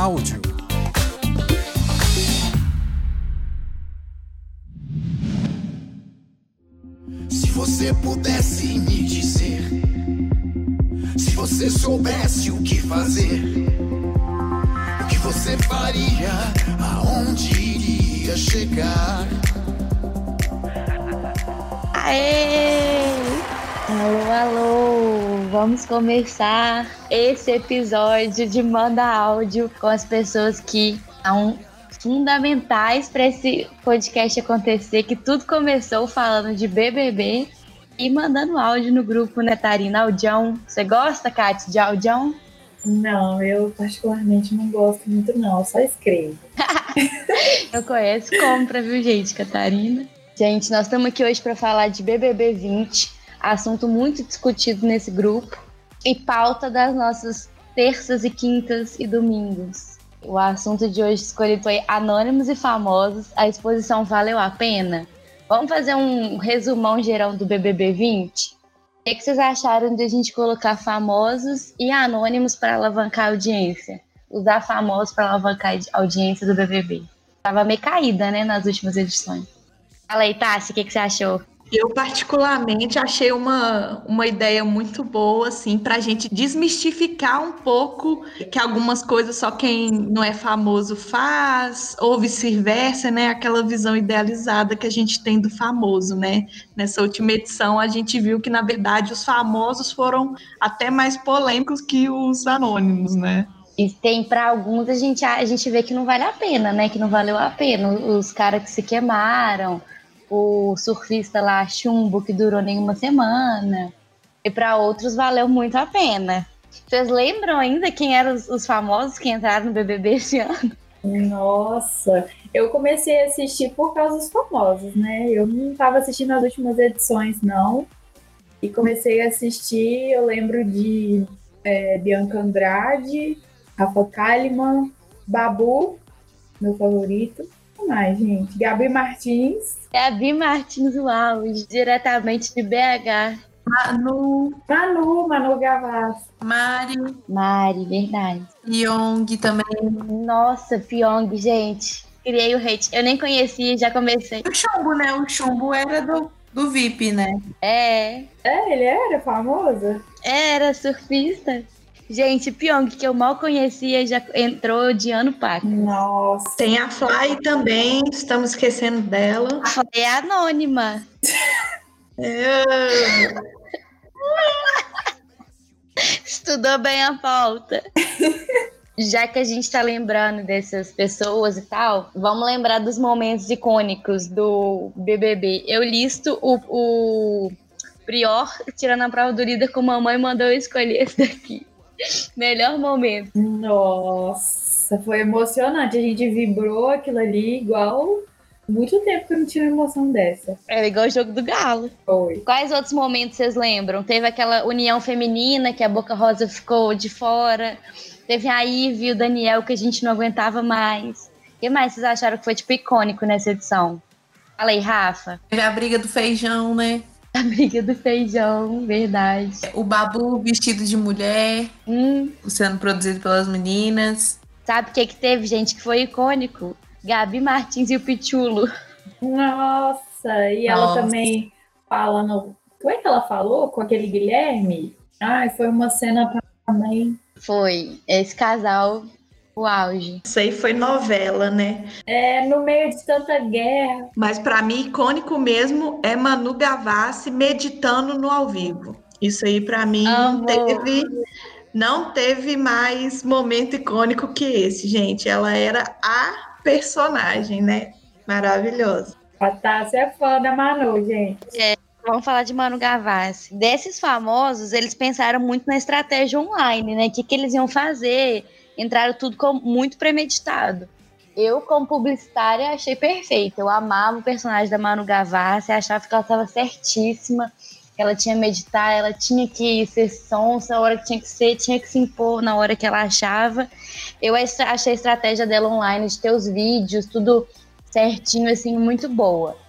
áudio. Se você pudesse me dizer, se você soubesse o que fazer, o que você faria, aonde iria chegar? Aê! Alô, alô! Vamos começar esse episódio de Manda Áudio com as pessoas que são fundamentais para esse podcast acontecer, que tudo começou falando de BBB e mandando áudio no grupo, né, Tarina? Audião. Você gosta, Kátia, de audião? Não, eu particularmente não gosto muito não, eu só escrevo. Eu conheço, compra, viu, gente, Catarina? Gente, nós estamos aqui hoje para falar de BBB 20, assunto muito discutido nesse grupo, e pauta das nossas terças e quintas e domingos. O assunto de hoje escolhido foi Anônimos e Famosos, a exposição valeu a pena? Vamos fazer um resumão geral do BBB 20? O que vocês acharam de a gente colocar famosos e anônimos para alavancar a audiência? Usar famosos para alavancar a audiência do BBB. Tava meio caída, né, nas últimas edições. Fala aí, Tassi, o que você achou? Eu, particularmente, achei uma ideia muito boa, assim, para a gente desmistificar um pouco que algumas coisas só quem não é famoso faz, ou vice-versa, né? Aquela visão idealizada que a gente tem do famoso, né? Nessa última edição, a gente viu que, na verdade, os famosos foram até mais polêmicos que os anônimos, né? E tem para alguns a gente vê que não vale a pena, né? Que não valeu a pena. Os caras que se queimaram, o surfista lá, Chumbo, que durou nenhuma semana. E para outros valeu muito a pena. Vocês lembram ainda quem eram os famosos que entraram no BBB esse ano? Nossa, eu comecei a assistir por causa dos famosos, né? Eu não estava assistindo as últimas edições, não. E comecei a assistir, eu lembro de Bianca Andrade, Rafa Kalimann, Babu, meu favorito. O que mais, gente? Gabi Martins. Gabi Martins, uau, diretamente de BH. Manu Gavassi. Mari, verdade. Pyong também. Nossa, Pyong, gente. Criei o hate. Eu nem conhecia, já comecei. O Chumbo, né? O Chumbo era do VIP, né? É, Ele era famoso? era surfista. Gente, Pyong, que eu mal conhecia, já entrou de ano paca. Nossa. Tem a Fly também, estamos esquecendo dela. É anônima. Estudou bem a pauta. Já que a gente tá lembrando dessas pessoas e tal, vamos lembrar dos momentos icônicos do BBB. Eu listo o Prior tirando a prova do líder com mamãe mandou eu escolher esse daqui. Melhor momento. Nossa, foi emocionante. A gente vibrou aquilo ali igual... Muito tempo que eu não tinha uma emoção dessa. É igual o jogo do Galo. Foi. Quais outros momentos vocês lembram? Teve aquela união feminina que a Boca Rosa ficou de fora. Teve a Ivy e o Daniel que a gente não aguentava mais. O que mais vocês acharam que foi tipo icônico nessa edição? Fala aí, Rafa. Teve a briga do feijão, né? A briga do feijão, verdade. O Babu vestido de mulher, sendo produzido pelas meninas. Sabe o que teve, gente, que foi icônico? Gabi Martins e o Pichulo. Nossa, e ela também falando... Como é que ela falou com aquele Guilherme? Ai, foi uma cena também. Foi, esse casal, o auge. Isso aí foi novela, né? No meio de tanta guerra. Mas para mim, icônico mesmo é Manu Gavassi meditando no ao vivo. Isso aí para mim não teve mais momento icônico que esse, gente. Ela era a personagem, né? Maravilhosa. A Tássia é fã da Manu, gente. Vamos falar de Manu Gavassi. Desses famosos, eles pensaram muito na estratégia online, né? O que eles iam fazer? Entraram tudo muito premeditado. Eu, como publicitária, achei perfeito. Eu amava o personagem da Manu Gavassi, achava que ela estava certíssima, que ela tinha que meditar, ela tinha que ser sonsa, a hora que tinha que ser, tinha que se impor na hora que ela achava. Eu achei a estratégia dela online, de ter os vídeos, tudo certinho, assim, muito boa.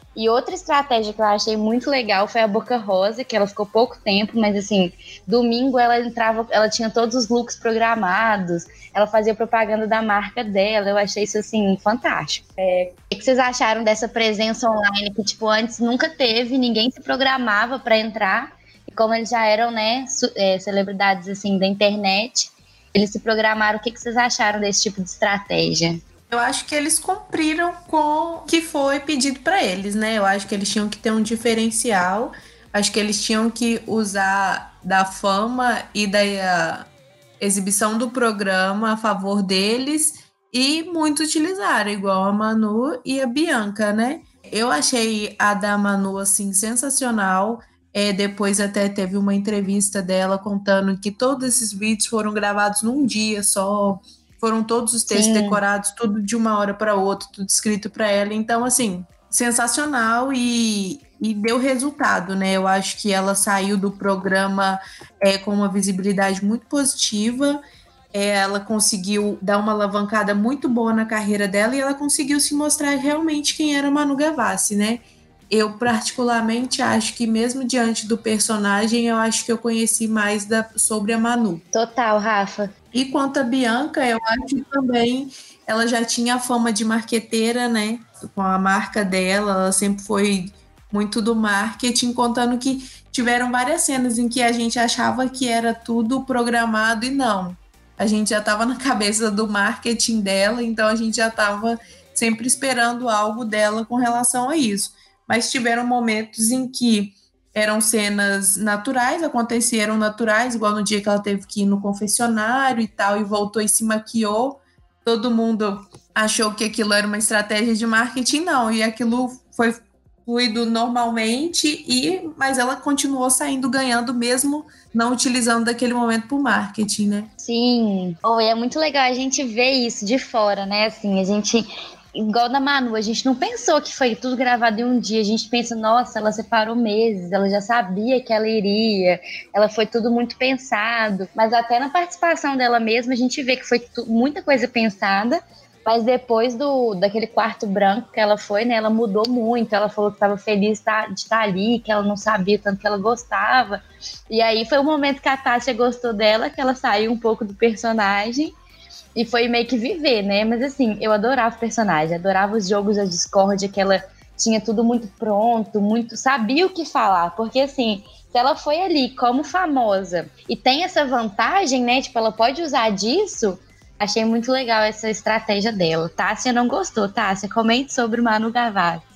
E outra estratégia que eu achei muito legal foi a Boca Rosa, que ela ficou pouco tempo, mas assim, domingo ela entrava, ela tinha todos os looks programados, ela fazia propaganda da marca dela, eu achei isso assim, fantástico. O que vocês acharam dessa presença online que, tipo, antes nunca teve, ninguém se programava para entrar, e como eles já eram, né, celebridades assim da internet, eles se programaram. O que vocês acharam desse tipo de estratégia? Eu acho que eles cumpriram com o que foi pedido para eles, né? Eu acho que eles tinham que ter um diferencial. Acho que eles tinham que usar da fama e da exibição do programa a favor deles e muito utilizaram, igual a Manu e a Bianca, né? Eu achei a da Manu, assim, sensacional. Depois até teve uma entrevista dela contando que todos esses vídeos foram gravados num dia só. Foram todos os textos decorados, tudo de uma hora para outra, tudo escrito para ela. Então, assim, sensacional e deu resultado, né? Eu acho que ela saiu do programa com uma visibilidade muito positiva. Ela conseguiu dar uma alavancada muito boa na carreira dela e ela conseguiu se mostrar realmente quem era Manu Gavassi, né? Eu, particularmente, acho que mesmo diante do personagem, eu acho que eu conheci mais sobre a Manu. Total, Rafa. E quanto a Bianca, eu acho que também ela já tinha a fama de marqueteira, né? Com a marca dela, ela sempre foi muito do marketing, contando que tiveram várias cenas em que a gente achava que era tudo programado e não. A gente já estava na cabeça do marketing dela, então a gente já estava sempre esperando algo dela com relação a isso. Mas tiveram momentos em que eram cenas naturais, aconteceram naturais, igual no dia que ela teve que ir no confessionário e tal, e voltou e se maquiou. Todo mundo achou que aquilo era uma estratégia de marketing, não, e aquilo foi fluido normalmente, mas ela continuou saindo ganhando, mesmo não utilizando daquele momento para o marketing, né? Sim, é muito legal a gente ver isso de fora, né? Assim, a gente... Igual da Manu, a gente não pensou que foi tudo gravado em um dia. A gente pensa, nossa, ela separou meses, ela já sabia que ela iria, ela foi tudo muito pensado. Mas até na participação dela mesma, a gente vê que foi muita coisa pensada. Mas depois daquele quarto branco que ela foi, né, ela mudou muito. Ela falou que estava feliz de estar ali, que ela não sabia tanto que ela gostava. E aí foi o momento que a Tássia gostou dela, que ela saiu um pouco do personagem. E foi meio que viver, né? Mas assim, eu adorava o personagem, adorava os jogos da discórdia, que ela tinha tudo muito pronto, sabia o que falar. Porque assim, se ela foi ali como famosa e tem essa vantagem, né? Tipo, ela pode usar disso. Achei muito legal essa estratégia dela. Tássia não gostou, Tássia? Comente sobre Manu Gavassi.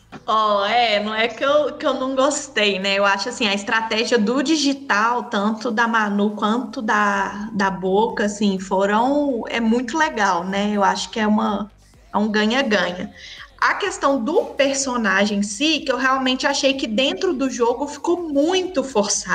Não é que eu não gostei, né? Eu acho assim, a estratégia do digital, tanto da Manu quanto da Boca, assim, é muito legal, né? Eu acho que é um ganha-ganha. A questão do personagem em si, que eu realmente achei que dentro do jogo ficou muito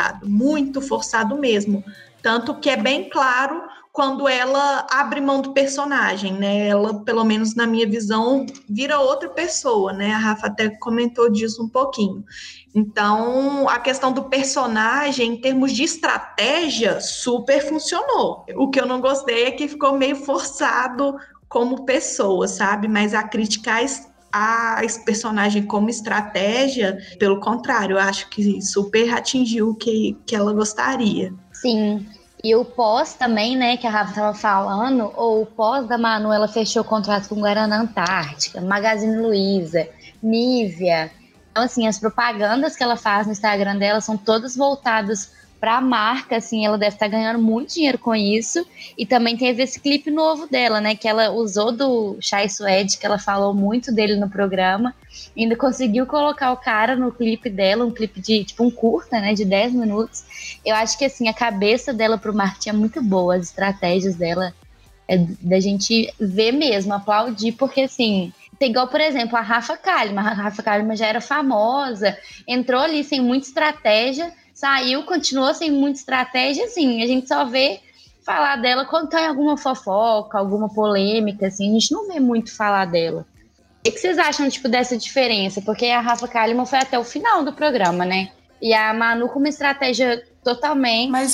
forçado mesmo. Tanto que é bem claro quando ela abre mão do personagem, né? Ela, pelo menos na minha visão, vira outra pessoa, né? A Rafa até comentou disso um pouquinho. Então, a questão do personagem, em termos de estratégia, super funcionou. O que eu não gostei é que ficou meio forçado como pessoa, sabe? Mas a crítica a esse personagem como estratégia, pelo contrário, eu acho que super atingiu o que ela gostaria. Sim. E o pós também, né, que a Rafa estava falando, ou o pós da Manu, ela fechou contrato com Guaraná Antártica, Magazine Luiza, Nivea. Então, assim, as propagandas que ela faz no Instagram dela são todas voltadas para a marca, assim, ela deve estar ganhando muito dinheiro com isso. E também teve esse clipe novo dela, né, que ela usou do Chai Suede, que ela falou muito dele no programa. Ainda conseguiu colocar o cara no clipe dela, um clipe de, tipo, um curta, né, de 10 minutos. Eu acho que, assim, a cabeça dela pro marketing é muito boa, as estratégias dela é da gente ver mesmo, aplaudir, porque, assim, tem igual, por exemplo, a Rafa Kalimann. A Rafa Kalimann já era famosa, entrou ali sem muita estratégia, saiu, continuou sem muita estratégia, assim, a gente só vê falar dela quando tem alguma fofoca, alguma polêmica, assim, a gente não vê muito falar dela. O que vocês acham, tipo, dessa diferença? Porque a Rafa Kalimann foi até o final do programa, né? E a Manu com uma estratégia totalmente... Mas,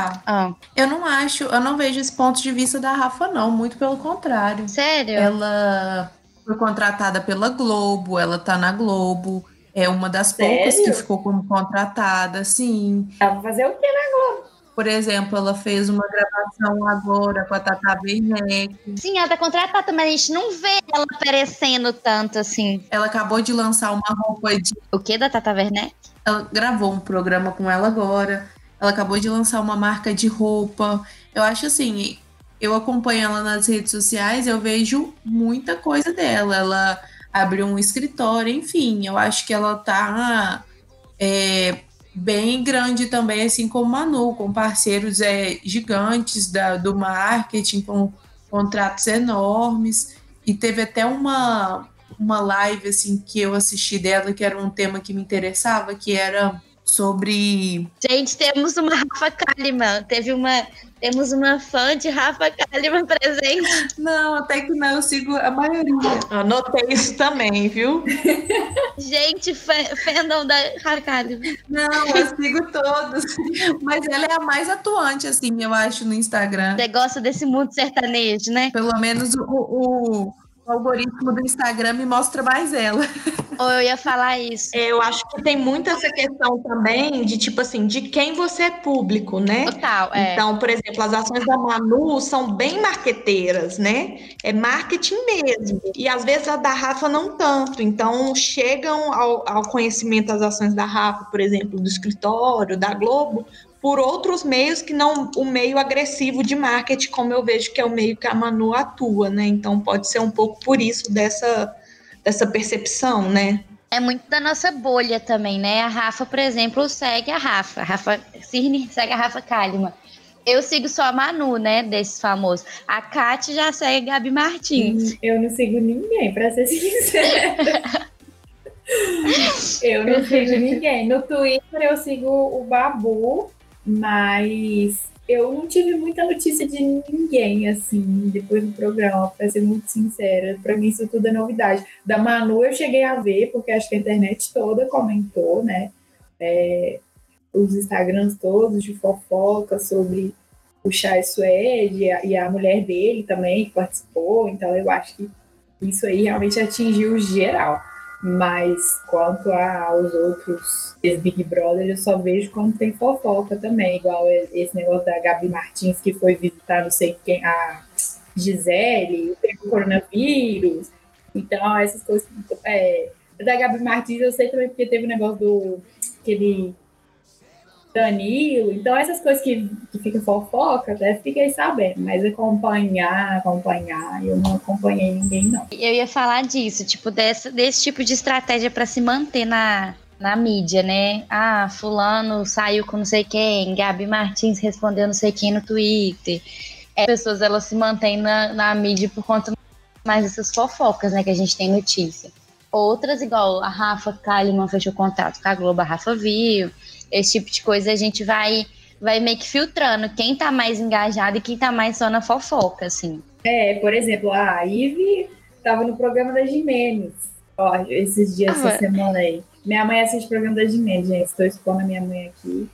eu não vejo esse ponto de vista da Rafa, não. Muito pelo contrário. Sério? Ela foi contratada pela Globo, ela tá na Globo. É uma das poucas que Sério? ficou como contratada, sim. Ela vai fazer o quê, né? Por exemplo, ela fez uma gravação agora com a Tata Werneck. Sim, ela tá contratada, mas a gente não vê ela aparecendo tanto assim. Ela acabou de lançar uma roupa de... O que da Tata Werneck? Ela gravou um programa com ela agora. Ela acabou de lançar uma marca de roupa. Eu acho assim, eu acompanho ela nas redes sociais, eu vejo muita coisa dela. Ela abriu um escritório, enfim. Eu acho que ela tá bem grande também, assim como Manu, com parceiros gigantes do marketing, com contratos enormes. E teve até uma live assim, que eu assisti dela, que era um tema que me interessava, que era sobre... Gente, temos uma Rafa Kalimann. Temos uma fã de Rafa Kalimann presente. Não, até que não, eu sigo a maioria. Anotei isso também, viu? Gente, fandom da Rafa Kalimann. Não, eu sigo todos. Mas ela é a mais atuante, assim, eu acho, no Instagram. Você gosta desse mundo sertanejo, né? Pelo menos o algoritmo do Instagram me mostra mais ela. Ou eu ia falar isso. Eu acho que tem muito essa questão também de, tipo assim, de quem você é público, né? Total, Então, por exemplo, as ações da Manu são bem marqueteiras, né? É marketing mesmo. E às vezes a da Rafa não tanto. Então, chegam ao conhecimento das ações da Rafa, por exemplo, do escritório, da Globo, por outros meios que não o meio agressivo de marketing, como eu vejo que é o meio que a Manu atua, né? Então, pode ser um pouco por isso dessa percepção, né? É muito da nossa bolha também, né? A Rafa, por exemplo, segue a Rafa. A Rafa Cirne segue a Rafa Kalimann. Eu sigo só a Manu, né? Desses famosos. A Kate já segue a Gabi Martins. Eu não sigo ninguém, pra ser sincera. Eu não sigo ninguém. No Twitter eu sigo o Babu, mas eu não tive muita notícia de ninguém, assim, depois do programa, pra ser muito sincera. Pra mim isso tudo é novidade. Da Manu eu cheguei a ver, porque acho que a internet toda comentou, né? Os Instagrams todos de fofoca sobre o Chay Suede e a mulher dele também, que participou. Então eu acho que isso aí realmente atingiu geral. Mas quanto aos outros Big Brother, eu só vejo quando tem fofoca também, igual esse negócio da Gabi Martins, que foi visitar não sei quem, a Gisele, pegou coronavírus. Então, essas coisas. Da Gabi Martins eu sei também porque teve o negócio do aquele Danilo. Então, essas coisas que ficam fofoca, até fiquei sabendo. Mas acompanhar, eu não acompanhei ninguém, não. Eu ia falar disso, tipo, desse tipo de estratégia para se manter na mídia, né? Ah, fulano saiu com não sei quem, Gabi Martins respondeu não sei quem no Twitter. As pessoas, elas se mantêm na mídia por conta mais dessas fofocas, né? Que a gente tem notícia. Outras, igual a Rafa Kalimann fechou contato com a Globo, a Rafa viu. Esse tipo de coisa a gente vai meio que filtrando quem tá mais engajado e quem tá mais só na fofoca, assim. Por exemplo, a Ivy tava no programa da Jimenez, esses dias, essa semana aí. Minha mãe assiste o programa da Jimenez, gente, estou expondo a minha mãe aqui.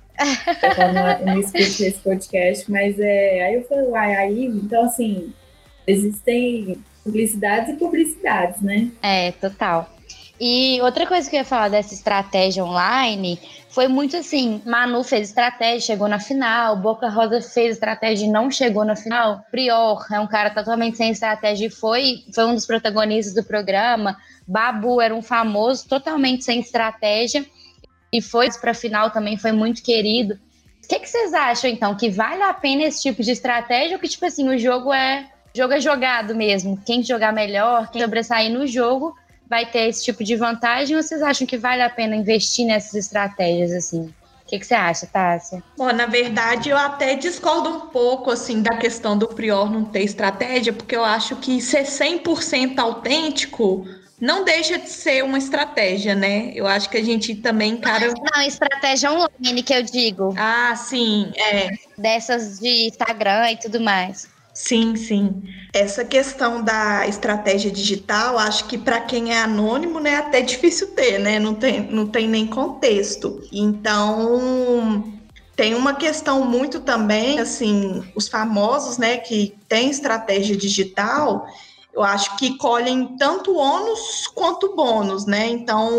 Eu não escuto esse podcast, mas aí eu falei, a Ivy, então assim, existem publicidades e publicidades, né? Total. E outra coisa que eu ia falar dessa estratégia online foi muito assim, Manu fez estratégia, chegou na final, Boca Rosa fez estratégia e não chegou na final. Prior é um cara totalmente sem estratégia e foi um dos protagonistas do programa. Babu era um famoso totalmente sem estratégia e foi para a final também, foi muito querido. O que vocês acham, então? Que vale a pena esse tipo de estratégia ou que, tipo assim, o jogo é jogado mesmo? Quem jogar melhor, quem sobressair no jogo vai ter esse tipo de vantagem, ou vocês acham que vale a pena investir nessas estratégias, assim? O que você acha, Tássia? Bom, na verdade, eu até discordo um pouco, assim, da questão do Prior não ter estratégia, porque eu acho que ser 100% autêntico não deixa de ser uma estratégia, né? Eu acho que a gente também encara... Não, estratégia online, que eu digo. Ah, sim, Dessas de Instagram e tudo mais. Sim, sim. Essa questão da estratégia digital, acho que para quem é anônimo, né, é até difícil ter, né? Não tem nem contexto. Então, tem uma questão muito também, assim, os famosos, né, que têm estratégia digital, eu acho que colhem tanto ônus quanto bônus, né? Então,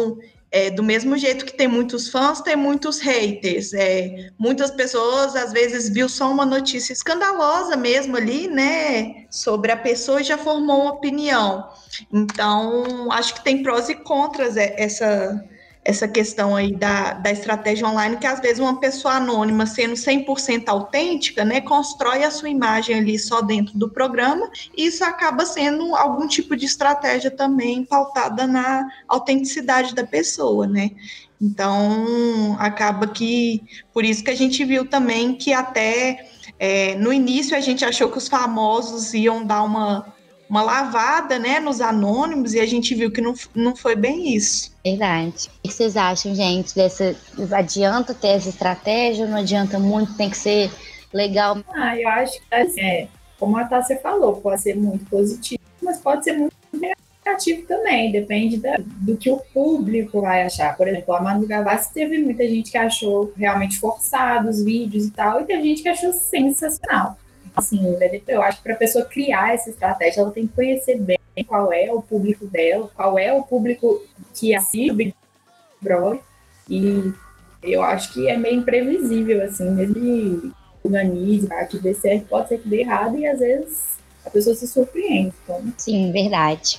Do mesmo jeito que tem muitos fãs, tem muitos haters. Muitas pessoas, às vezes, viu só uma notícia escandalosa mesmo ali, né, sobre a pessoa e já formou uma opinião. Então, acho que tem prós e contras essa questão aí da estratégia online, que às vezes uma pessoa anônima, sendo 100% autêntica, né, constrói a sua imagem ali só dentro do programa, e isso acaba sendo algum tipo de estratégia também pautada na autenticidade da pessoa, né? Então, acaba que, por isso que a gente viu também que até no início a gente achou que os famosos iam dar uma lavada, né, nos anônimos, e a gente viu que não foi bem isso. Verdade. O que vocês acham, gente, adianta ter essa estratégia, não adianta muito, tem que ser legal? Eu acho que, assim, como a Tássia falou, pode ser muito positivo, mas pode ser muito negativo também, depende do que o público vai achar. Por exemplo, a Manu Gavassi, teve muita gente que achou realmente forçado os vídeos e tal, e teve gente que achou sensacional. Assim, eu acho que para a pessoa criar essa estratégia, ela tem que conhecer bem qual é o público dela, qual é o público que assiste o Big Brother, e eu acho que é meio imprevisível, assim, mesmo que organize, que dê certo, pode ser que dê errado, e às vezes a pessoa se surpreende. Então. Sim, verdade.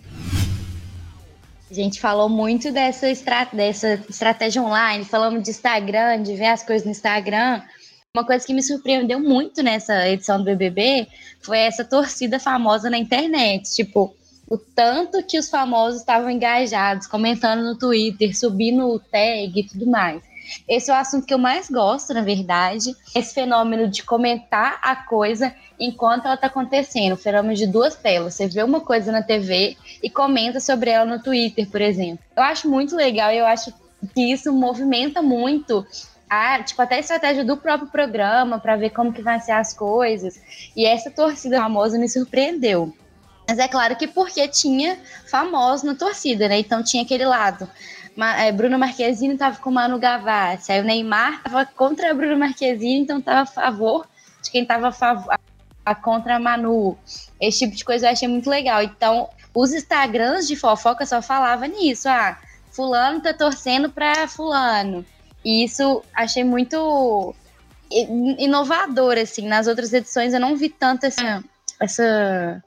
A gente falou muito dessa estratégia online, falamos de Instagram, de ver as coisas no Instagram. Uma coisa que me surpreendeu muito nessa edição do BBB foi essa torcida famosa na internet. Tipo, o tanto que os famosos estavam engajados, comentando no Twitter, subindo o tag e tudo mais. Esse é o assunto que eu mais gosto, na verdade. Esse fenômeno de comentar a coisa enquanto ela está acontecendo. O fenômeno de duas telas. Você vê uma coisa na TV e comenta sobre ela no Twitter, por exemplo. Eu acho muito legal e eu acho que isso movimenta muito até a estratégia do próprio programa para ver como que vai ser as coisas. E essa torcida famosa me surpreendeu. Mas é claro que porque tinha famosos na torcida, né? Então tinha aquele lado. Bruno Marquezine estava com Manu Gavassi, aí o Neymar estava contra a Bruno Marquezine, então estava a favor de quem estava contra a Manu. Esse tipo de coisa eu achei muito legal. Então, os Instagrams de fofoca só falavam nisso. Fulano tá torcendo para fulano. E isso achei muito inovador, assim. Nas outras edições eu não vi tanto essa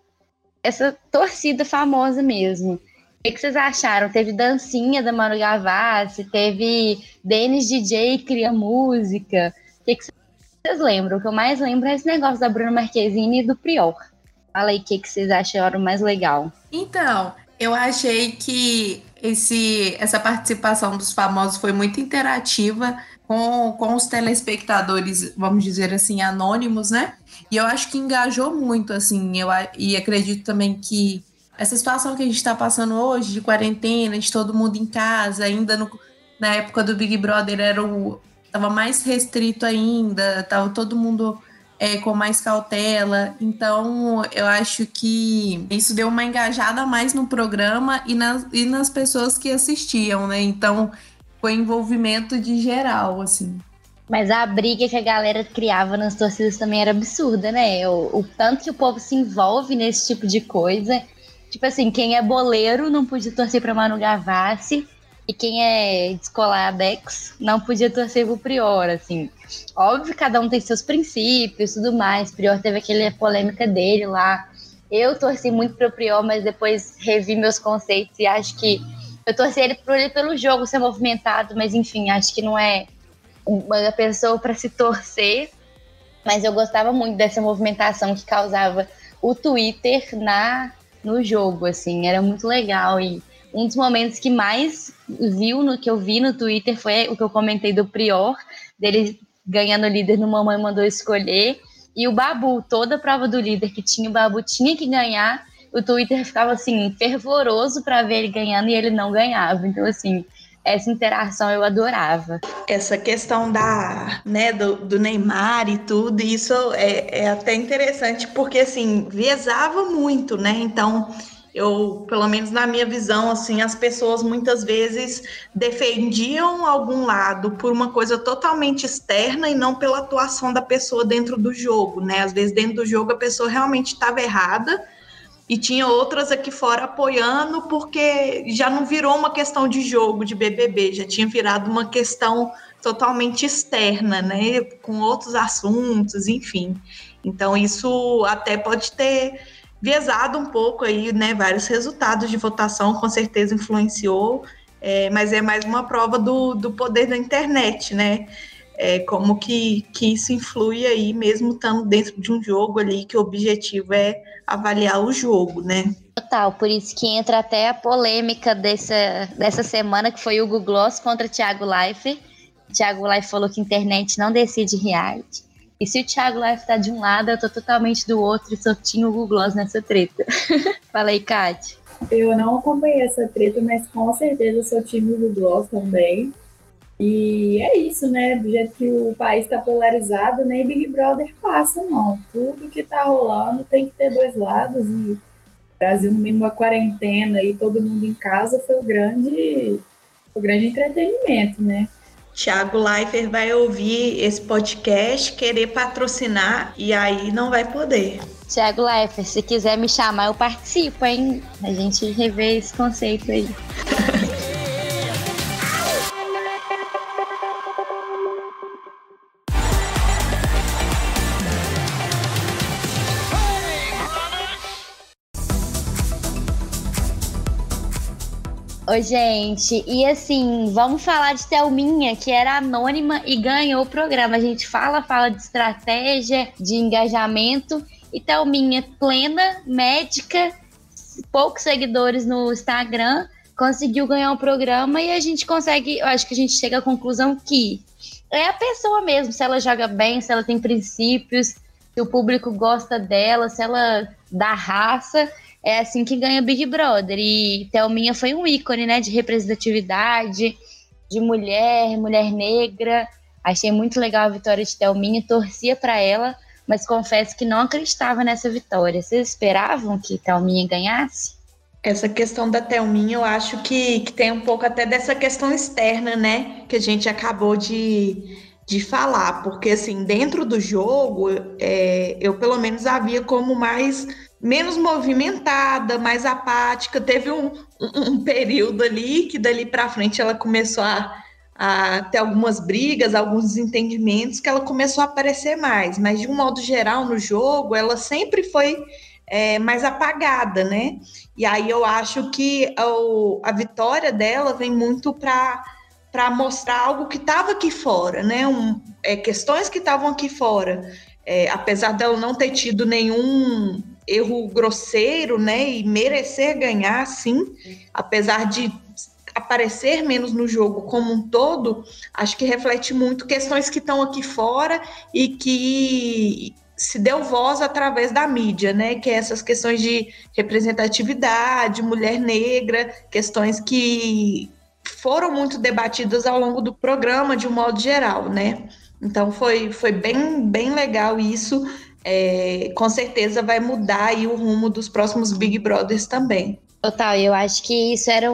torcida famosa mesmo. O que vocês acharam? Teve dancinha da Manu Gavassi, teve Dennis DJ criando música. O que vocês lembram? O que eu mais lembro é esse negócio da Bruna Marquezine e do Prior. Fala aí o que vocês acharam mais legal. Então, eu achei que essa participação dos famosos foi muito interativa com os telespectadores, vamos dizer assim, anônimos, né? E eu acho que engajou muito, assim, e acredito também que essa situação que a gente está passando hoje, de quarentena, de todo mundo em casa, ainda na época do Big Brother estava mais restrito ainda, estava todo mundo com mais cautela. Então, eu acho que isso deu uma engajada a mais no programa e nas pessoas que assistiam, né? Então, foi envolvimento de geral, assim. Mas a briga que a galera criava nas torcidas também era absurda, né? O tanto que o povo se envolve nesse tipo de coisa. Tipo assim, quem é boleiro não podia torcer pra Manu Gavassi e quem é descoladex não podia torcer pro Prior, assim. Óbvio que cada um tem seus princípios e tudo mais. O Prior teve aquela polêmica dele lá. Eu torci muito pro Prior, mas depois revi meus conceitos e acho que eu torci ele pelo jogo ser movimentado, mas enfim, acho que não é uma pessoa para se torcer. Mas eu gostava muito dessa movimentação que causava o Twitter no jogo, assim, era muito legal. E um dos momentos que mais que eu vi no Twitter foi o que eu comentei do Prior, dele ganhando o líder no Mamãe Mandou Escolher, e o Babu, toda a prova do líder que tinha, o Babu tinha que ganhar, o Twitter ficava, assim, fervoroso para ver ele ganhando e ele não ganhava. Então, assim, essa interação eu adorava. Essa questão do Neymar e tudo, isso é até interessante, porque, assim, vezava muito, né? Então, pelo menos na minha visão, assim, as pessoas muitas vezes defendiam algum lado por uma coisa totalmente externa e não pela atuação da pessoa dentro do jogo, né? Às vezes, dentro do jogo, a pessoa realmente estava errada, e tinha outras aqui fora apoiando, porque já não virou uma questão de jogo de BBB, já tinha virado uma questão totalmente externa, né, com outros assuntos, enfim. Então isso até pode ter viesado um pouco aí, né, vários resultados de votação, com certeza influenciou, mas é mais uma prova do poder da internet, né, como que isso influi aí, mesmo estando dentro de um jogo ali, que o objetivo é avaliar o jogo, né. Total, por isso que entra até a polêmica dessa semana, que foi o Hugo Gloss contra Thiago Leifert. Thiago Leifert falou que internet não decide reality. E se o Thiago Leifert tá de um lado, eu tô totalmente do outro e só tinha o Hugo Gloss nessa treta. Fala aí, Kátia. Eu não acompanhei essa treta, mas com certeza sou time Hugo Gloss também. E é isso, né? Do jeito que o país tá polarizado, nem Big Brother passa, não. Tudo que tá rolando tem que ter dois lados. E o Brasil, no meio de uma quarentena e todo mundo em casa, foi o grande entretenimento, né? Thiago Leifert vai ouvir esse podcast, querer patrocinar, e aí não vai poder. Thiago Leifert, se quiser me chamar, eu participo, hein? A gente revê esse conceito aí. Oi, gente, e assim, vamos falar de Thelminha, que era anônima e ganhou o programa. A gente fala de estratégia, de engajamento, e Thelminha, plena, médica, poucos seguidores no Instagram, conseguiu ganhar o programa e a gente consegue, eu acho que a gente chega à conclusão que é a pessoa mesmo, se ela joga bem, se ela tem princípios, se o público gosta dela, se ela dá raça. É assim que ganha Big Brother. E Thelminha foi um ícone, né, de representatividade, de mulher negra. Achei muito legal a vitória de Thelminha, torcia para ela, mas confesso que não acreditava nessa vitória. Vocês esperavam que Thelminha ganhasse? Essa questão da Thelminha, eu acho que tem um pouco até dessa questão externa, né, que a gente acabou de falar, porque assim, dentro do jogo, eu pelo menos a via como menos movimentada, mais apática. Teve um período ali que dali para frente ela começou a ter algumas brigas, alguns desentendimentos, que ela começou a aparecer mais, mas de um modo geral no jogo ela sempre foi mais apagada, né? E aí eu acho que a vitória dela vem muito para mostrar algo que estava aqui fora, né? Questões que estavam aqui fora. Apesar dela não ter tido nenhum erro grosseiro, né, e merecer ganhar, sim, apesar de aparecer menos no jogo como um todo, acho que reflete muito questões que estão aqui fora e que se deu voz através da mídia, né, que é essas questões de representatividade, mulher negra, questões que foram muito debatidas ao longo do programa, de um modo geral, né. Então foi bem legal isso. Com certeza vai mudar aí o rumo dos próximos Big Brothers também. Total, eu acho que isso era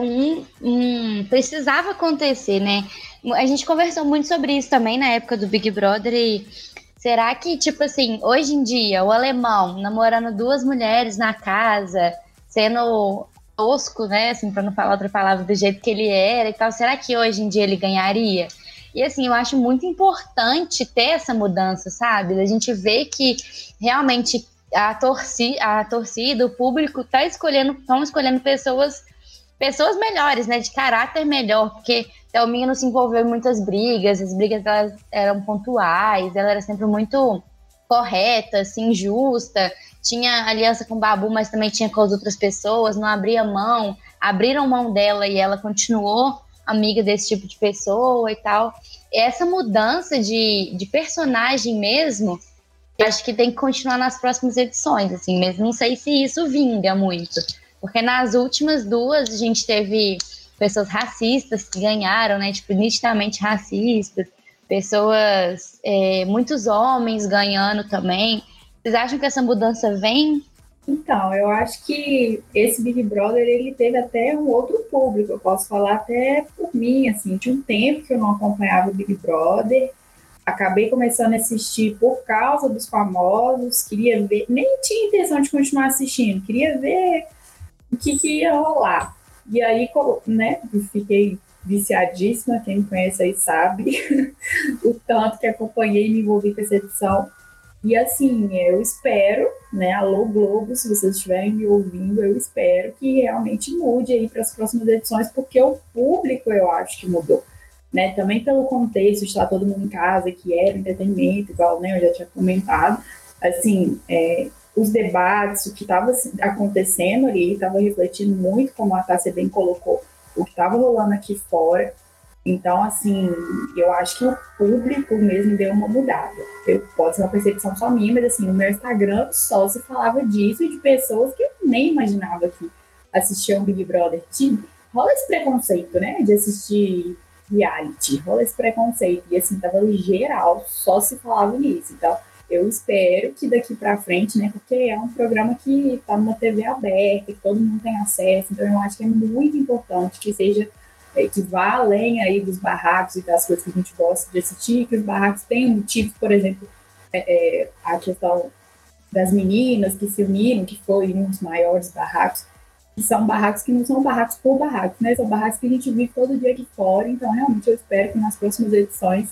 precisava acontecer, né? A gente conversou muito sobre isso também na época do Big Brother e será que, tipo assim, hoje em dia, o alemão namorando duas mulheres na casa, sendo tosco, né, assim, pra não falar outra palavra, do jeito que ele era e tal, será que hoje em dia ele ganharia? E assim, eu acho muito importante ter essa mudança, sabe? A gente vê que realmente a torcida, o público estão escolhendo pessoas melhores, né? De caráter melhor, porque Thelminha não se envolveu em muitas brigas, as brigas delas eram pontuais, ela era sempre muito correta, assim, justa, tinha aliança com o Babu, mas também tinha com as outras pessoas, não abria mão, abriram mão dela e ela continuou amiga desse tipo de pessoa e tal. Essa mudança de personagem mesmo, eu acho que tem que continuar nas próximas edições, assim, mesmo não sei se isso vinga muito, porque nas últimas duas a gente teve pessoas racistas que ganharam, né, tipo, nitidamente racistas, pessoas, muitos homens ganhando também. Vocês acham que essa mudança vem? Então, eu acho que esse Big Brother, ele teve até um outro público, eu posso falar até por mim, assim, tinha um tempo que eu não acompanhava o Big Brother, acabei começando a assistir por causa dos famosos, queria ver, nem tinha intenção de continuar assistindo, queria ver o que ia rolar. E aí, né, fiquei viciadíssima, quem me conhece aí sabe o tanto que acompanhei e me envolvi com essa edição. E assim, eu espero, né, alô Globo, se vocês estiverem me ouvindo, eu espero que realmente mude aí para as próximas edições, porque o público eu acho que mudou, né, também pelo contexto, estar todo mundo em casa, que era entretenimento, igual, né, eu já tinha comentado, assim, os debates, o que estava acontecendo ali, estava refletindo muito, como a Tássia bem colocou, o que estava rolando aqui fora. Então, assim, eu acho que o público mesmo deu uma mudada. Pode ser uma percepção só minha, mas assim, no meu Instagram só se falava disso e de pessoas que eu nem imaginava que assistiam Big Brother. Rola esse preconceito, né, de assistir reality, rola esse preconceito. E assim, tava geral, só se falava nisso. Então, eu espero que daqui para frente, né, porque é um programa que está numa TV aberta, que todo mundo tem acesso, então eu acho que é muito importante que seja, que vá além aí dos barracos e das coisas que a gente gosta de assistir, que os barracos tenham motivos, por exemplo, a questão das meninas que se uniram, que foi um dos maiores barracos, que são barracos que não são barracos por barracos, né, são barracos que a gente vive todo dia aqui fora, então realmente eu espero que nas próximas edições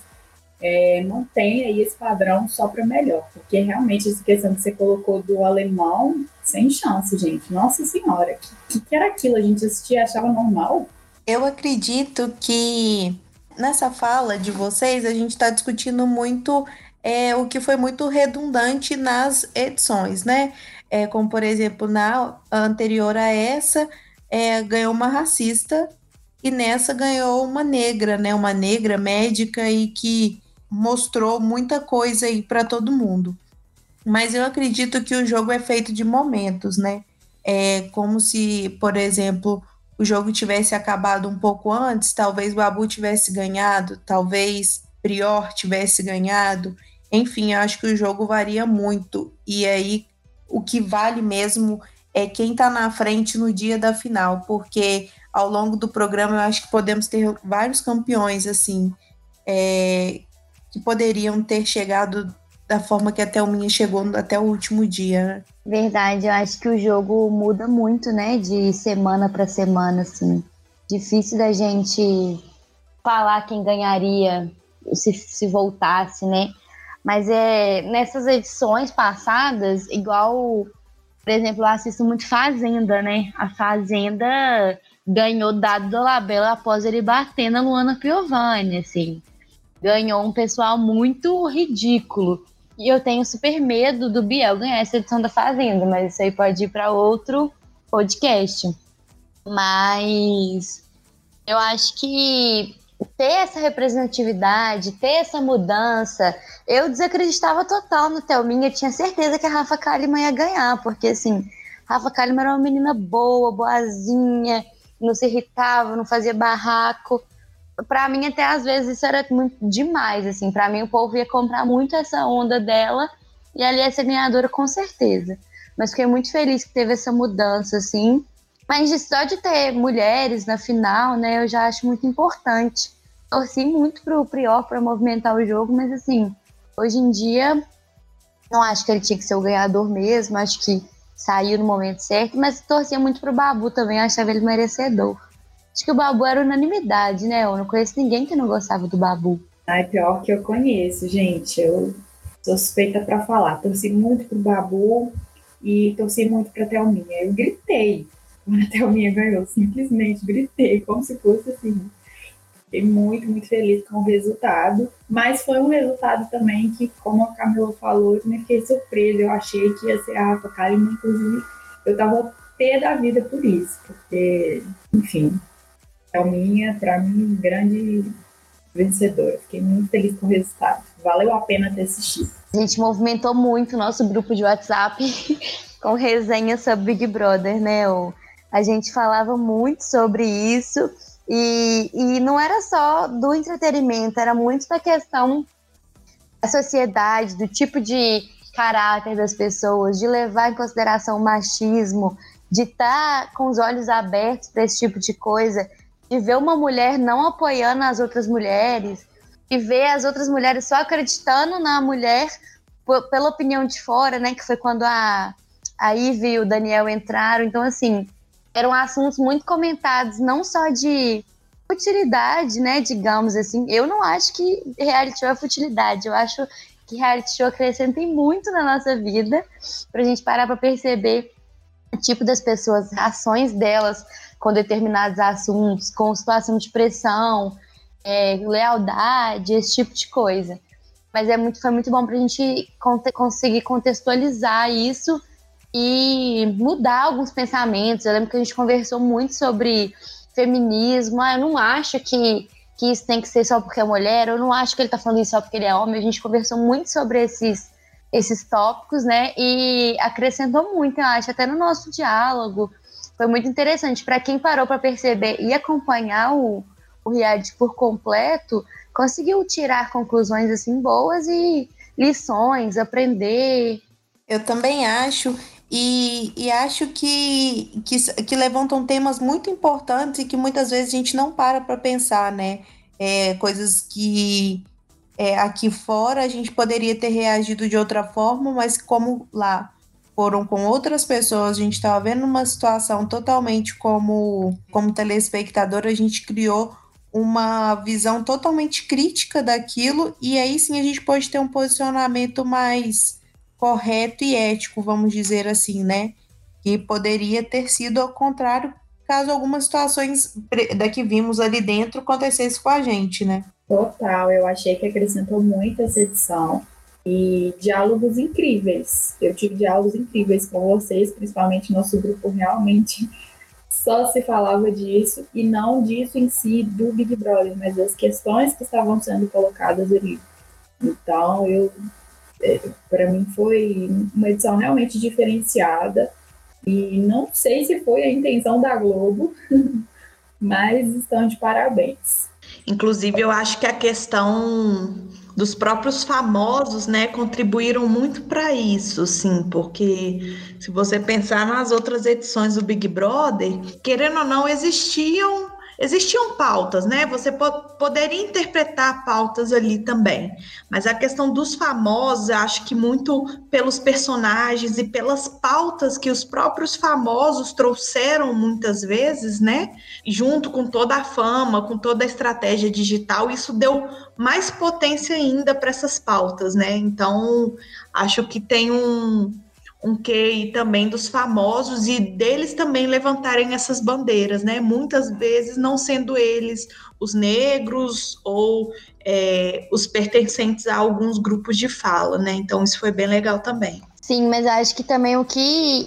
mantenha aí esse padrão só para melhor, porque realmente essa questão que você colocou do alemão, sem chance, gente. Nossa Senhora, que era aquilo? A gente assistia e achava normal? Eu acredito que nessa fala de vocês a gente está discutindo muito o que foi muito redundante nas edições, né? Como, por exemplo, na anterior a essa, ganhou uma racista e nessa ganhou uma negra, né? Uma negra médica e que mostrou muita coisa aí para todo mundo. Mas eu acredito que o jogo é feito de momentos, né? É como se, por exemplo, o jogo tivesse acabado um pouco antes, talvez Babu tivesse ganhado, talvez Prior tivesse ganhado. Enfim, eu acho que o jogo varia muito. E aí, o que vale mesmo é quem está na frente no dia da final, porque ao longo do programa eu acho que podemos ter vários campeões, assim, que poderiam ter chegado da forma que a Thelminha chegou até o último dia, né? Verdade, eu acho que o jogo muda muito, né, de semana para semana, assim. Difícil da gente falar quem ganharia se voltasse, né? Mas nessas edições passadas, igual, por exemplo, eu assisto muito Fazenda, né? A Fazenda ganhou Dado Dolabella após ele bater na Luana Piovani, assim. Ganhou um pessoal muito ridículo. E eu tenho super medo do Biel ganhar essa edição da Fazenda, mas isso aí pode ir para outro podcast. Mas eu acho que ter essa representatividade, ter essa mudança, eu desacreditava total no Thelminha, eu tinha certeza que a Rafa Kalimann ia ganhar, porque assim, Rafa Kalimann era uma menina boa, boazinha, não se irritava, não fazia barraco. Pra mim, até às vezes, isso era muito demais, assim. Pra mim, o povo ia comprar muito essa onda dela e ela ia ser ganhadora com certeza. Mas fiquei muito feliz que teve essa mudança, assim. Mas só de ter mulheres na final, né, eu já acho muito importante. Torci muito pro Prior pra movimentar o jogo, mas assim, hoje em dia, não acho que ele tinha que ser o ganhador mesmo, acho que saiu no momento certo, mas torcia muito pro Babu também, achava ele merecedor. Acho que o Babu era unanimidade, né? Eu não conheço ninguém que não gostava do Babu. Ai, pior que eu conheço, gente. Eu sou suspeita pra falar. Torci muito pro Babu e torci muito pra Thelminha. Eu gritei quando a Thelminha ganhou. Simplesmente gritei, como se fosse assim. Fiquei muito, muito feliz com o resultado. Mas foi um resultado também que, como a Camila falou, eu me fiquei surpresa. Eu achei que ia ser a Rafa Kalimann, inclusive eu tava pé da vida por isso. Porque, enfim... Thelminha, para mim, grande vencedora. Fiquei muito feliz com o resultado. Valeu a pena ter assistido. A gente movimentou muito o nosso grupo de WhatsApp com resenha sobre Big Brother, né? A gente falava muito sobre isso e não era só do entretenimento, era muito da questão da sociedade, do tipo de caráter das pessoas, de levar em consideração o machismo, de estar com os olhos abertos para esse tipo de coisa, de ver uma mulher não apoiando as outras mulheres. e ver as outras mulheres só acreditando na mulher pela opinião de fora, né? Que foi quando a Ivy e o Daniel entraram. Então, assim, eram assuntos muito comentados, não só de futilidade, né? Digamos assim. Eu não acho que reality show é futilidade. Eu acho que reality show acrescenta muito na nossa vida, pra gente parar pra perceber o tipo das pessoas, ações delas com determinados assuntos, com situação de pressão, lealdade, esse tipo de coisa. Mas foi muito bom pra gente conseguir contextualizar isso e mudar alguns pensamentos. Eu lembro que a gente conversou muito sobre feminismo. Eu não acho que isso tem que ser só porque é mulher, eu não acho que ele tá falando isso só porque ele é homem. A gente conversou muito sobre esses tópicos, né? E acrescentou muito, eu acho, até no nosso diálogo. Foi muito interessante. Para quem parou para perceber e acompanhar o reality por completo, conseguiu tirar conclusões assim boas e lições, aprender. Eu também acho, e acho que levantam temas muito importantes e que muitas vezes a gente não para pensar, né? Coisas que aqui fora a gente poderia ter reagido de outra forma, mas como lá foram com outras pessoas, a gente estava vendo uma situação totalmente como telespectador, a gente criou uma visão totalmente crítica daquilo, e aí sim a gente pode ter um posicionamento mais correto e ético, vamos dizer assim, né? Que poderia ter sido ao contrário, caso algumas situações da que vimos ali dentro acontecesse com a gente, né? Total, eu achei que acrescentou muito essa edição. E diálogos incríveis. Eu tive diálogos incríveis com vocês, principalmente nosso grupo realmente só se falava disso, e não disso em si do Big Brother, mas das questões que estavam sendo colocadas ali. Então, para mim foi uma edição realmente diferenciada, e não sei se foi a intenção da Globo, mas estão de parabéns. Inclusive, eu acho que a questão dos próprios famosos, né, contribuíram muito para isso, sim, porque se você pensar nas outras edições do Big Brother, querendo ou não, existiam pautas, né? Você poderia interpretar pautas ali também, mas a questão dos famosos, eu acho que muito pelos personagens e pelas pautas que os próprios famosos trouxeram muitas vezes, né? Junto com toda a fama, com toda a estratégia digital, isso deu mais potência ainda para essas pautas, né? Então, acho que tem um QI também dos famosos e deles também levantarem essas bandeiras, né? Muitas vezes não sendo eles os negros ou os pertencentes a alguns grupos de fala, né? Então isso foi bem legal também. Sim, mas acho que também o que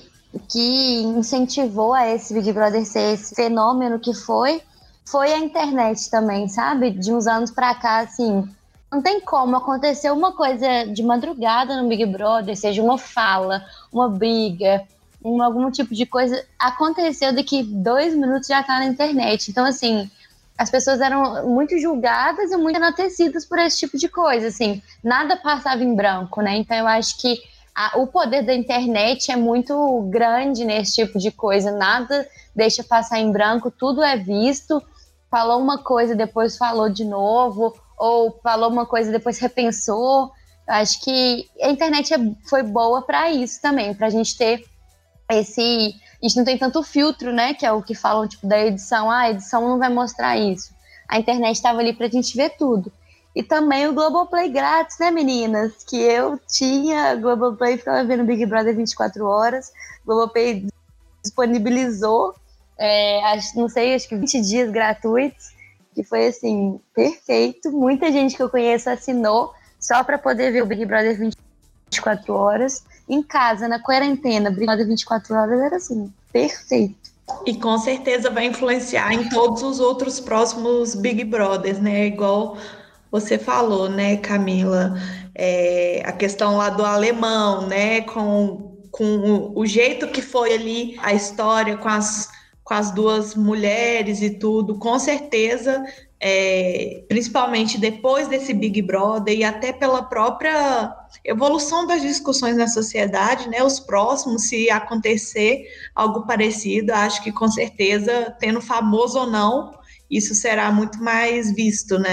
incentivou a esse Big Brother ser esse fenômeno que foi a internet também, sabe? De uns anos pra cá, assim, não tem como acontecer uma coisa de madrugada no Big Brother, seja uma fala, uma briga, algum tipo de coisa, aconteceu daqui 2 minutos já tá na internet. Então, assim, as pessoas eram muito julgadas e muito enaltecidas por esse tipo de coisa, assim, nada passava em branco, né? Então, eu acho que o poder da internet é muito grande nesse tipo de coisa, nada deixa passar em branco, tudo é visto, falou uma coisa, depois falou de novo, ou falou uma coisa depois repensou. Eu acho que a internet foi boa para isso também, para a gente ter a gente não tem tanto filtro, né, que é o que falam tipo da edição, a edição não vai mostrar isso. A internet estava ali para a gente ver tudo. E também o Globoplay grátis, né, meninas? Que eu tinha Globoplay, ficava vendo Big Brother 24 horas. Globoplay disponibilizou, não sei, acho que 20 dias gratuitos, que foi, assim, perfeito. Muita gente que eu conheço assinou só para poder ver o Big Brother 24 horas. Em casa, na quarentena, Big Brother 24 horas era, assim, perfeito. E com certeza vai influenciar em todos os outros próximos Big Brothers, né? Igual você falou, né, Camila? A questão lá do alemão, né? Com o jeito que foi ali a história com as duas mulheres e tudo, com certeza, principalmente depois desse Big Brother e até pela própria evolução das discussões na sociedade, né? Os próximos, se acontecer algo parecido, acho que com certeza, tendo famoso ou não, isso será muito mais visto, né?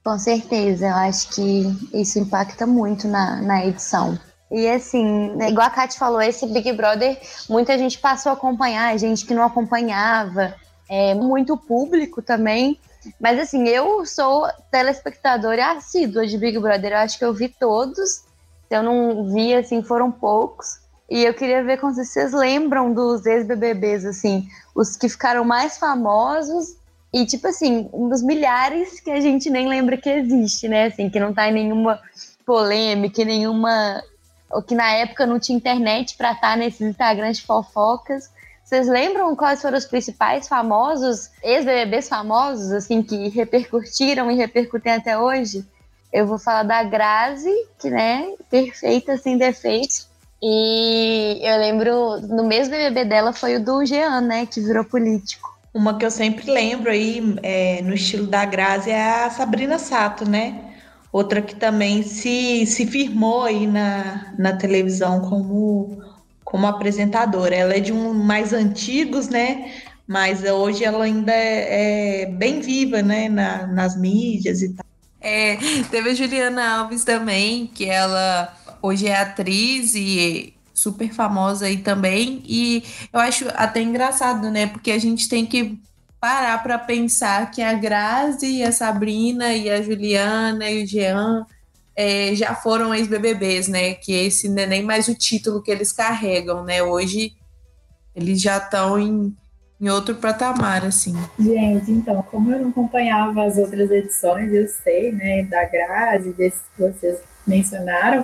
Com certeza, eu acho que isso impacta muito na edição. E assim, igual a Kate falou, esse Big Brother, muita gente passou a acompanhar, gente que não acompanhava, muito público também. Mas assim, eu sou telespectadora assídua de Big Brother, eu acho que eu vi todos. Se eu não vi, assim, foram poucos. E eu queria ver como vocês lembram dos ex-BBBs, assim, os que ficaram mais famosos e, tipo assim, um dos milhares que a gente nem lembra que existe, né? Assim, que não tá em nenhuma polêmica, nenhuma... Ou que na época não tinha internet pra estar nesses Instagrams de fofocas. Vocês lembram quais foram os principais famosos, ex-BBBs famosos, assim, que repercutiram e repercutem até hoje? Eu vou falar da Grazi, que, né, perfeita, sem defeitos. E eu lembro, no mesmo BBB dela foi o do Jean, né, que virou político. Uma que eu sempre lembro aí, no estilo da Grazi, é a Sabrina Sato, né? Outra que também se firmou aí na televisão como apresentadora. Ela é de um mais antigos, né? Mas hoje ela ainda é bem viva, né? Nas mídias e tal. Teve a Juliana Alves também, que ela hoje é atriz e super famosa aí também. E eu acho até engraçado, né? Porque a gente tem que parar para pensar que a Grazi e a Sabrina e a Juliana e o Jean já foram ex-BBBs, né? Que esse não é nem mais o título que eles carregam, né? Hoje eles já estão em outro patamar, assim. Gente, então, como eu não acompanhava as outras edições, eu sei, né, da Grazi, desses que vocês mencionaram,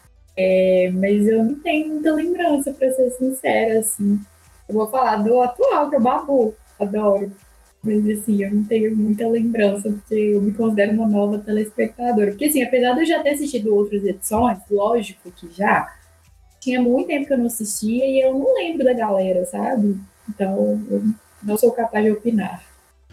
mas eu não tenho muita lembrança, para ser sincera, assim. Eu vou falar do atual, que é o Babu, adoro. Mas, assim, eu não tenho muita lembrança, porque eu me considero uma nova telespectadora. Porque, assim, apesar de eu já ter assistido outras edições, lógico que já, tinha muito tempo que eu não assistia e eu não lembro da galera, sabe? Então, eu não sou capaz de opinar.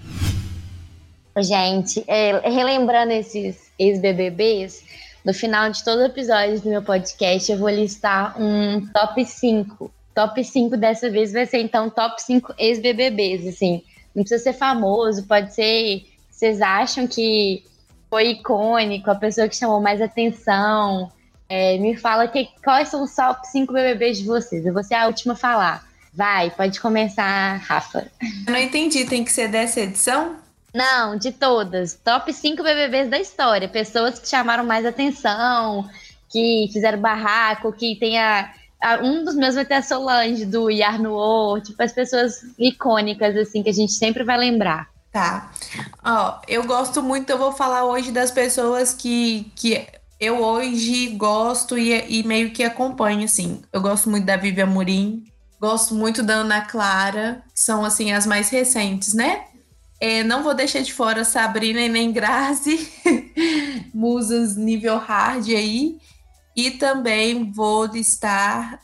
Gente, relembrando esses ex-BBBs, no final de todo episódio do meu podcast eu vou listar um top 5. Top 5 dessa vez vai ser, então, top 5 ex-BBBs, assim. Não precisa ser famoso, pode ser... Vocês acham que foi icônico, a pessoa que chamou mais atenção. Me fala quais são os top 5 BBBs de vocês. Eu vou ser a última a falar. Vai, pode começar, Rafa. Eu não entendi, tem que ser dessa edição? Não, de todas. Top 5 BBBs da história. Pessoas que chamaram mais atenção, que fizeram barraco, que tem um dos meus vai ter a Solange, do Yar no tipo, as pessoas icônicas, assim, que a gente sempre vai lembrar. Tá. Ó, eu gosto muito, eu vou falar hoje das pessoas que eu hoje gosto e meio que acompanho, assim. Eu gosto muito da Vivi Amorim, gosto muito da Ana Clara, que são, assim, as mais recentes, né? Não vou deixar de fora Sabrina e nem Grazi, musas nível hard aí. E também vou listar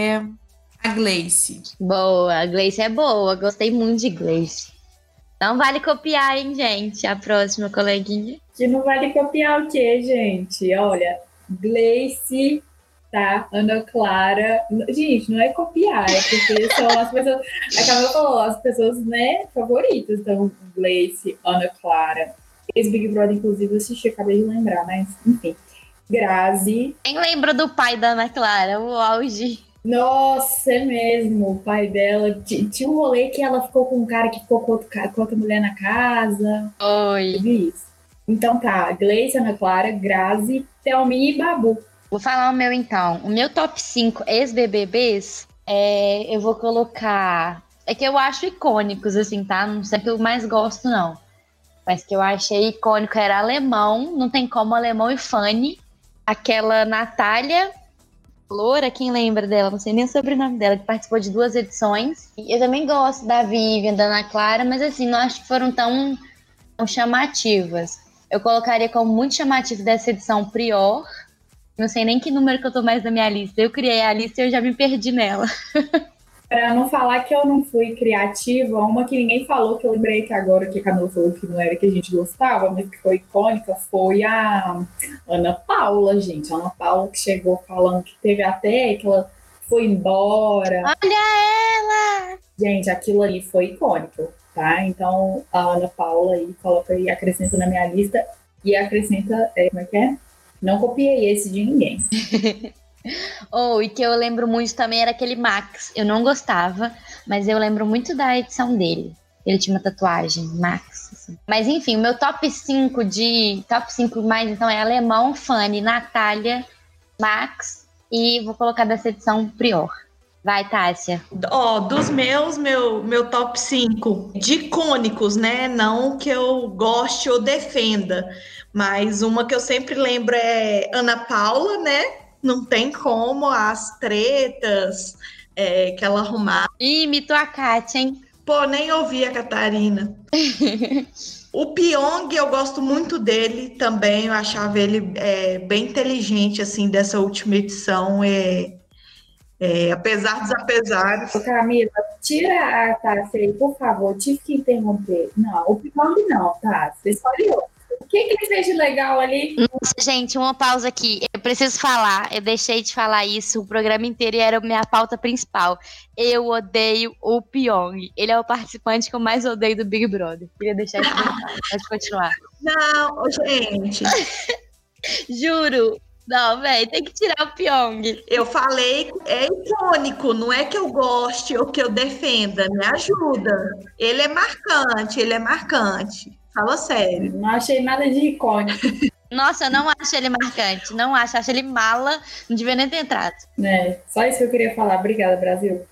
a Gleice. Boa, a Gleice é boa, gostei muito de Gleice. Não vale copiar, hein, gente? A próxima, coleguinha. Que não vale copiar o quê, gente? Olha, Gleice, tá? Ana Clara. Gente, não é copiar, é porque são as pessoas. A Camila falou, as pessoas, né, favoritas. Então, Gleice, Ana Clara. Esse Big Brother, inclusive, eu assisti, acabei de lembrar, mas enfim. Grazi. Quem lembra do pai da Ana Clara? O auge. Nossa, é mesmo. O pai dela. Tinha um rolê que ela ficou com um cara que ficou com outra mulher na casa. Oi. Eu vi isso. Então tá, Gleice, Ana Clara, Grazi, Thelminha e Babu. Vou falar o meu, então. O meu top 5 ex-BBBs, eu vou colocar... É que eu acho icônicos, assim, tá? Não sei o que eu mais gosto, não. Mas que eu achei icônico era Alemão. Não tem como, Alemão e Fanny. Aquela Natália Loura, quem lembra dela? Não sei nem o sobrenome dela, que participou de 2 edições. E eu também gosto da Vivian, da Ana Clara, mas assim, não acho que foram tão chamativas. Eu colocaria como muito chamativo dessa edição Prior. Não sei nem que número que eu tô mais na minha lista. Eu criei a lista e eu já me perdi nela. Pra não falar que eu não fui criativa, uma que ninguém falou, que eu lembrei que agora que a Camila falou que não era que a gente gostava, mas que foi icônica, foi a Ana Paula, gente. A Ana Paula que chegou falando que teve até que ela foi embora. Olha ela! Gente, aquilo ali foi icônico, tá? Então, a Ana Paula aí, coloca aí, acrescenta na minha lista. e acrescenta, como é que é? Não copiei esse de ninguém. E que eu lembro muito também era aquele Max. Eu não gostava, mas eu lembro muito da edição dele. Ele tinha uma tatuagem, Max. Assim. Mas enfim, o meu top 5 mais, então, é Alemão, Fanny, Natália, Max e vou colocar dessa edição Prior. Vai, Tássia. Dos meu top 5 de icônicos, né? Não que eu goste ou defenda, mas uma que eu sempre lembro é Ana Paula, né? Não tem como, as tretas que ela arrumava. Ih, imitou a Kátia, hein? Pô, nem ouvi a Catarina. O Pyong, eu gosto muito dele também, eu achava ele bem inteligente, assim, dessa última edição, apesar dos apesares. Camila, tira a Tássia aí, por favor, tive que interromper. Não, o Pyong não, Tássia, escolhe outro. O que ele fez de legal ali? Nossa, gente, uma pausa aqui. Eu preciso falar, eu deixei de falar isso o programa inteiro e era a minha pauta principal. Eu odeio o Pyong. Ele é o participante que eu mais odeio do Big Brother. Queria deixar isso bem claro. Pode continuar. Não, gente. Juro. Não, velho, tem que tirar o Pyong. Eu falei, é icônico, não é que eu goste ou que eu defenda, me ajuda. Ele é marcante. Fala sério. Não achei nada de icônico. Nossa, eu não acho ele marcante. Não acho ele mala. Não devia nem ter entrado. Só isso que eu queria falar. Obrigada, Brasil.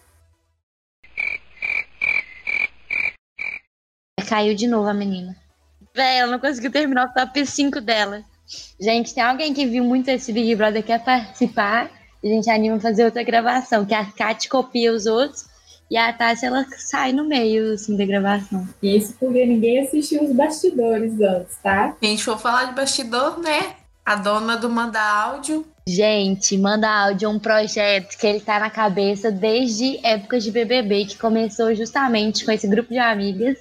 Caiu de novo a menina. Véi, ela não conseguiu terminar o top 5 dela. Gente, tem alguém que viu muito esse Big Brother quer participar? A gente anima a fazer outra gravação, que a Kátia copia os outros e a Tássia, ela sai no meio, assim, da gravação. Isso porque ninguém assistiu os bastidores antes, tá? Se a gente for falar de bastidor, né? A dona do Manda Áudio. Gente, Manda Áudio é um projeto que ele tá na cabeça desde épocas de BBB, que começou justamente com esse grupo de amigas,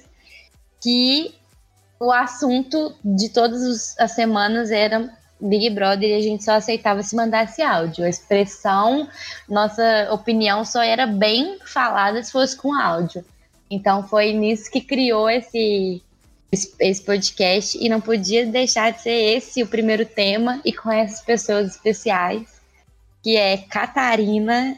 que o assunto de todas as semanas era Big Brother e a gente só aceitava se mandasse áudio. A expressão, nossa opinião só era bem falada se fosse com áudio. Então foi nisso que criou esse podcast e não podia deixar de ser esse o primeiro tema e com essas pessoas especiais, que é Catarina,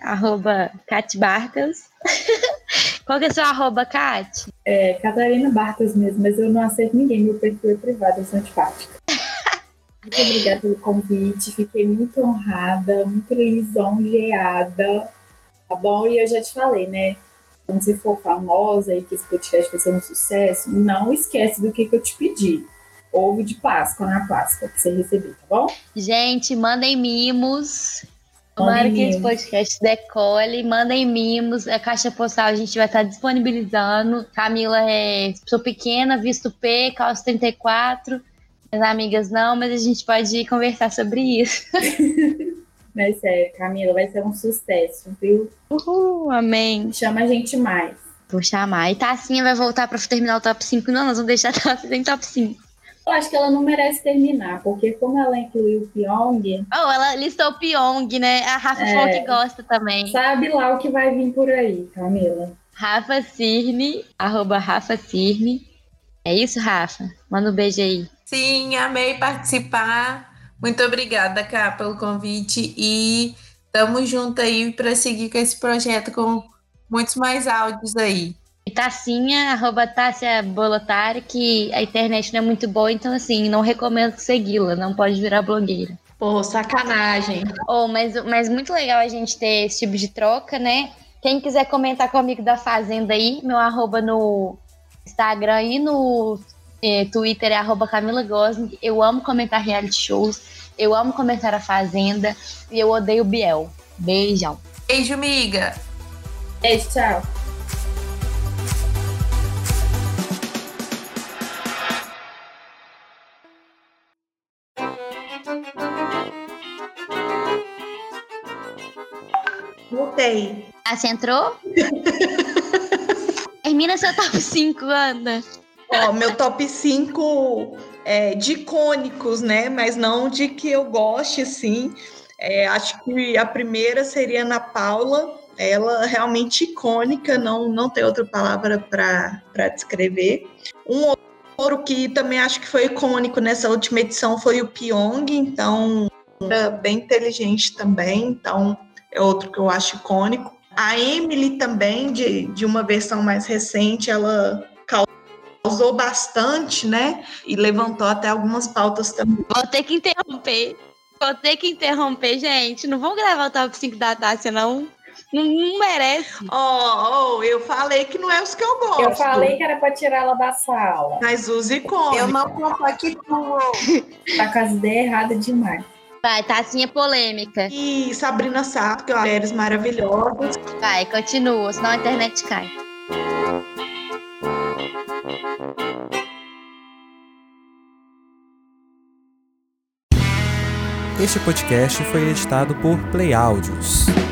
@CatBartas. Qual que é o seu @, Kat? Catarina Bartas mesmo, mas eu não aceito ninguém, meu perfil é privado, eu sou antipática. Muito obrigada pelo convite, fiquei muito honrada, muito lisonjeada, tá bom? E eu já te falei, né? Quando você for famosa e que esse podcast vai ser um sucesso, não esquece do que eu te pedi. Ovo de Páscoa na Páscoa, pra você receber, tá bom? Gente, mandem mimos. Tomara que esse podcast decole. Mandem mimos. A caixa postal a gente vai estar disponibilizando. Camila sou pequena, visto P, calço 34. Minhas amigas não, mas a gente pode conversar sobre isso. Mas Camila, vai ser um sucesso, viu? Amém. Chama a gente mais. Vou chamar. E Tassinha vai voltar para terminar o top 5. Não, nós vamos deixar ela sem top 5. Eu acho que ela não merece terminar, porque como ela incluiu o Pyong... ela listou o Pyong, né? A Rafa falou que gosta também. Sabe lá o que vai vir por aí, Camila. Rafa Cirne, @Rafa Cirne. É isso, Rafa? Manda um beijo aí. Sim, amei participar. Muito obrigada, Cá, pelo convite. E tamo junto aí para seguir com esse projeto com muitos mais áudios aí. E Tassinha, @Tássia Bolotari, que a internet não é muito boa, então assim, não recomendo segui-la, não pode virar blogueira. Pô, sacanagem. Mas muito legal a gente ter esse tipo de troca, né? Quem quiser comentar comigo da Fazenda aí, meu @ no Instagram e no Twitter é @Camila Gosling. Eu amo comentar reality shows, eu amo comentar a Fazenda e eu odeio o Biel. Beijão. Beijo, amiga. Beijo, tchau. Voltei. Você entrou? Termina seu top 5, Ana. Meu top 5 de icônicos, né? Mas não de que eu goste, assim. Acho que a primeira seria Ana Paula. Ela realmente icônica, não tem outra palavra para descrever. Um O que também acho que foi icônico nessa última edição foi o Pyong, então era bem inteligente também, então é outro que eu acho icônico. A Emily também, de uma versão mais recente, ela causou bastante, né? E levantou até algumas pautas também. Vou ter que interromper, gente. Não vamos gravar o top 5 da Tássia, não. Não merece. Eu falei que não é os que eu gosto. Eu falei que era pra tirar ela da sala. Mas use icônico. Eu não compactuo. Tá com as ideias erradas demais. Vai, Tassinha polêmica. E Sabrina Sato, que é uma mulheres maravilhosas. Vai, continua, senão a internet cai. Este podcast foi editado por Play Áudios.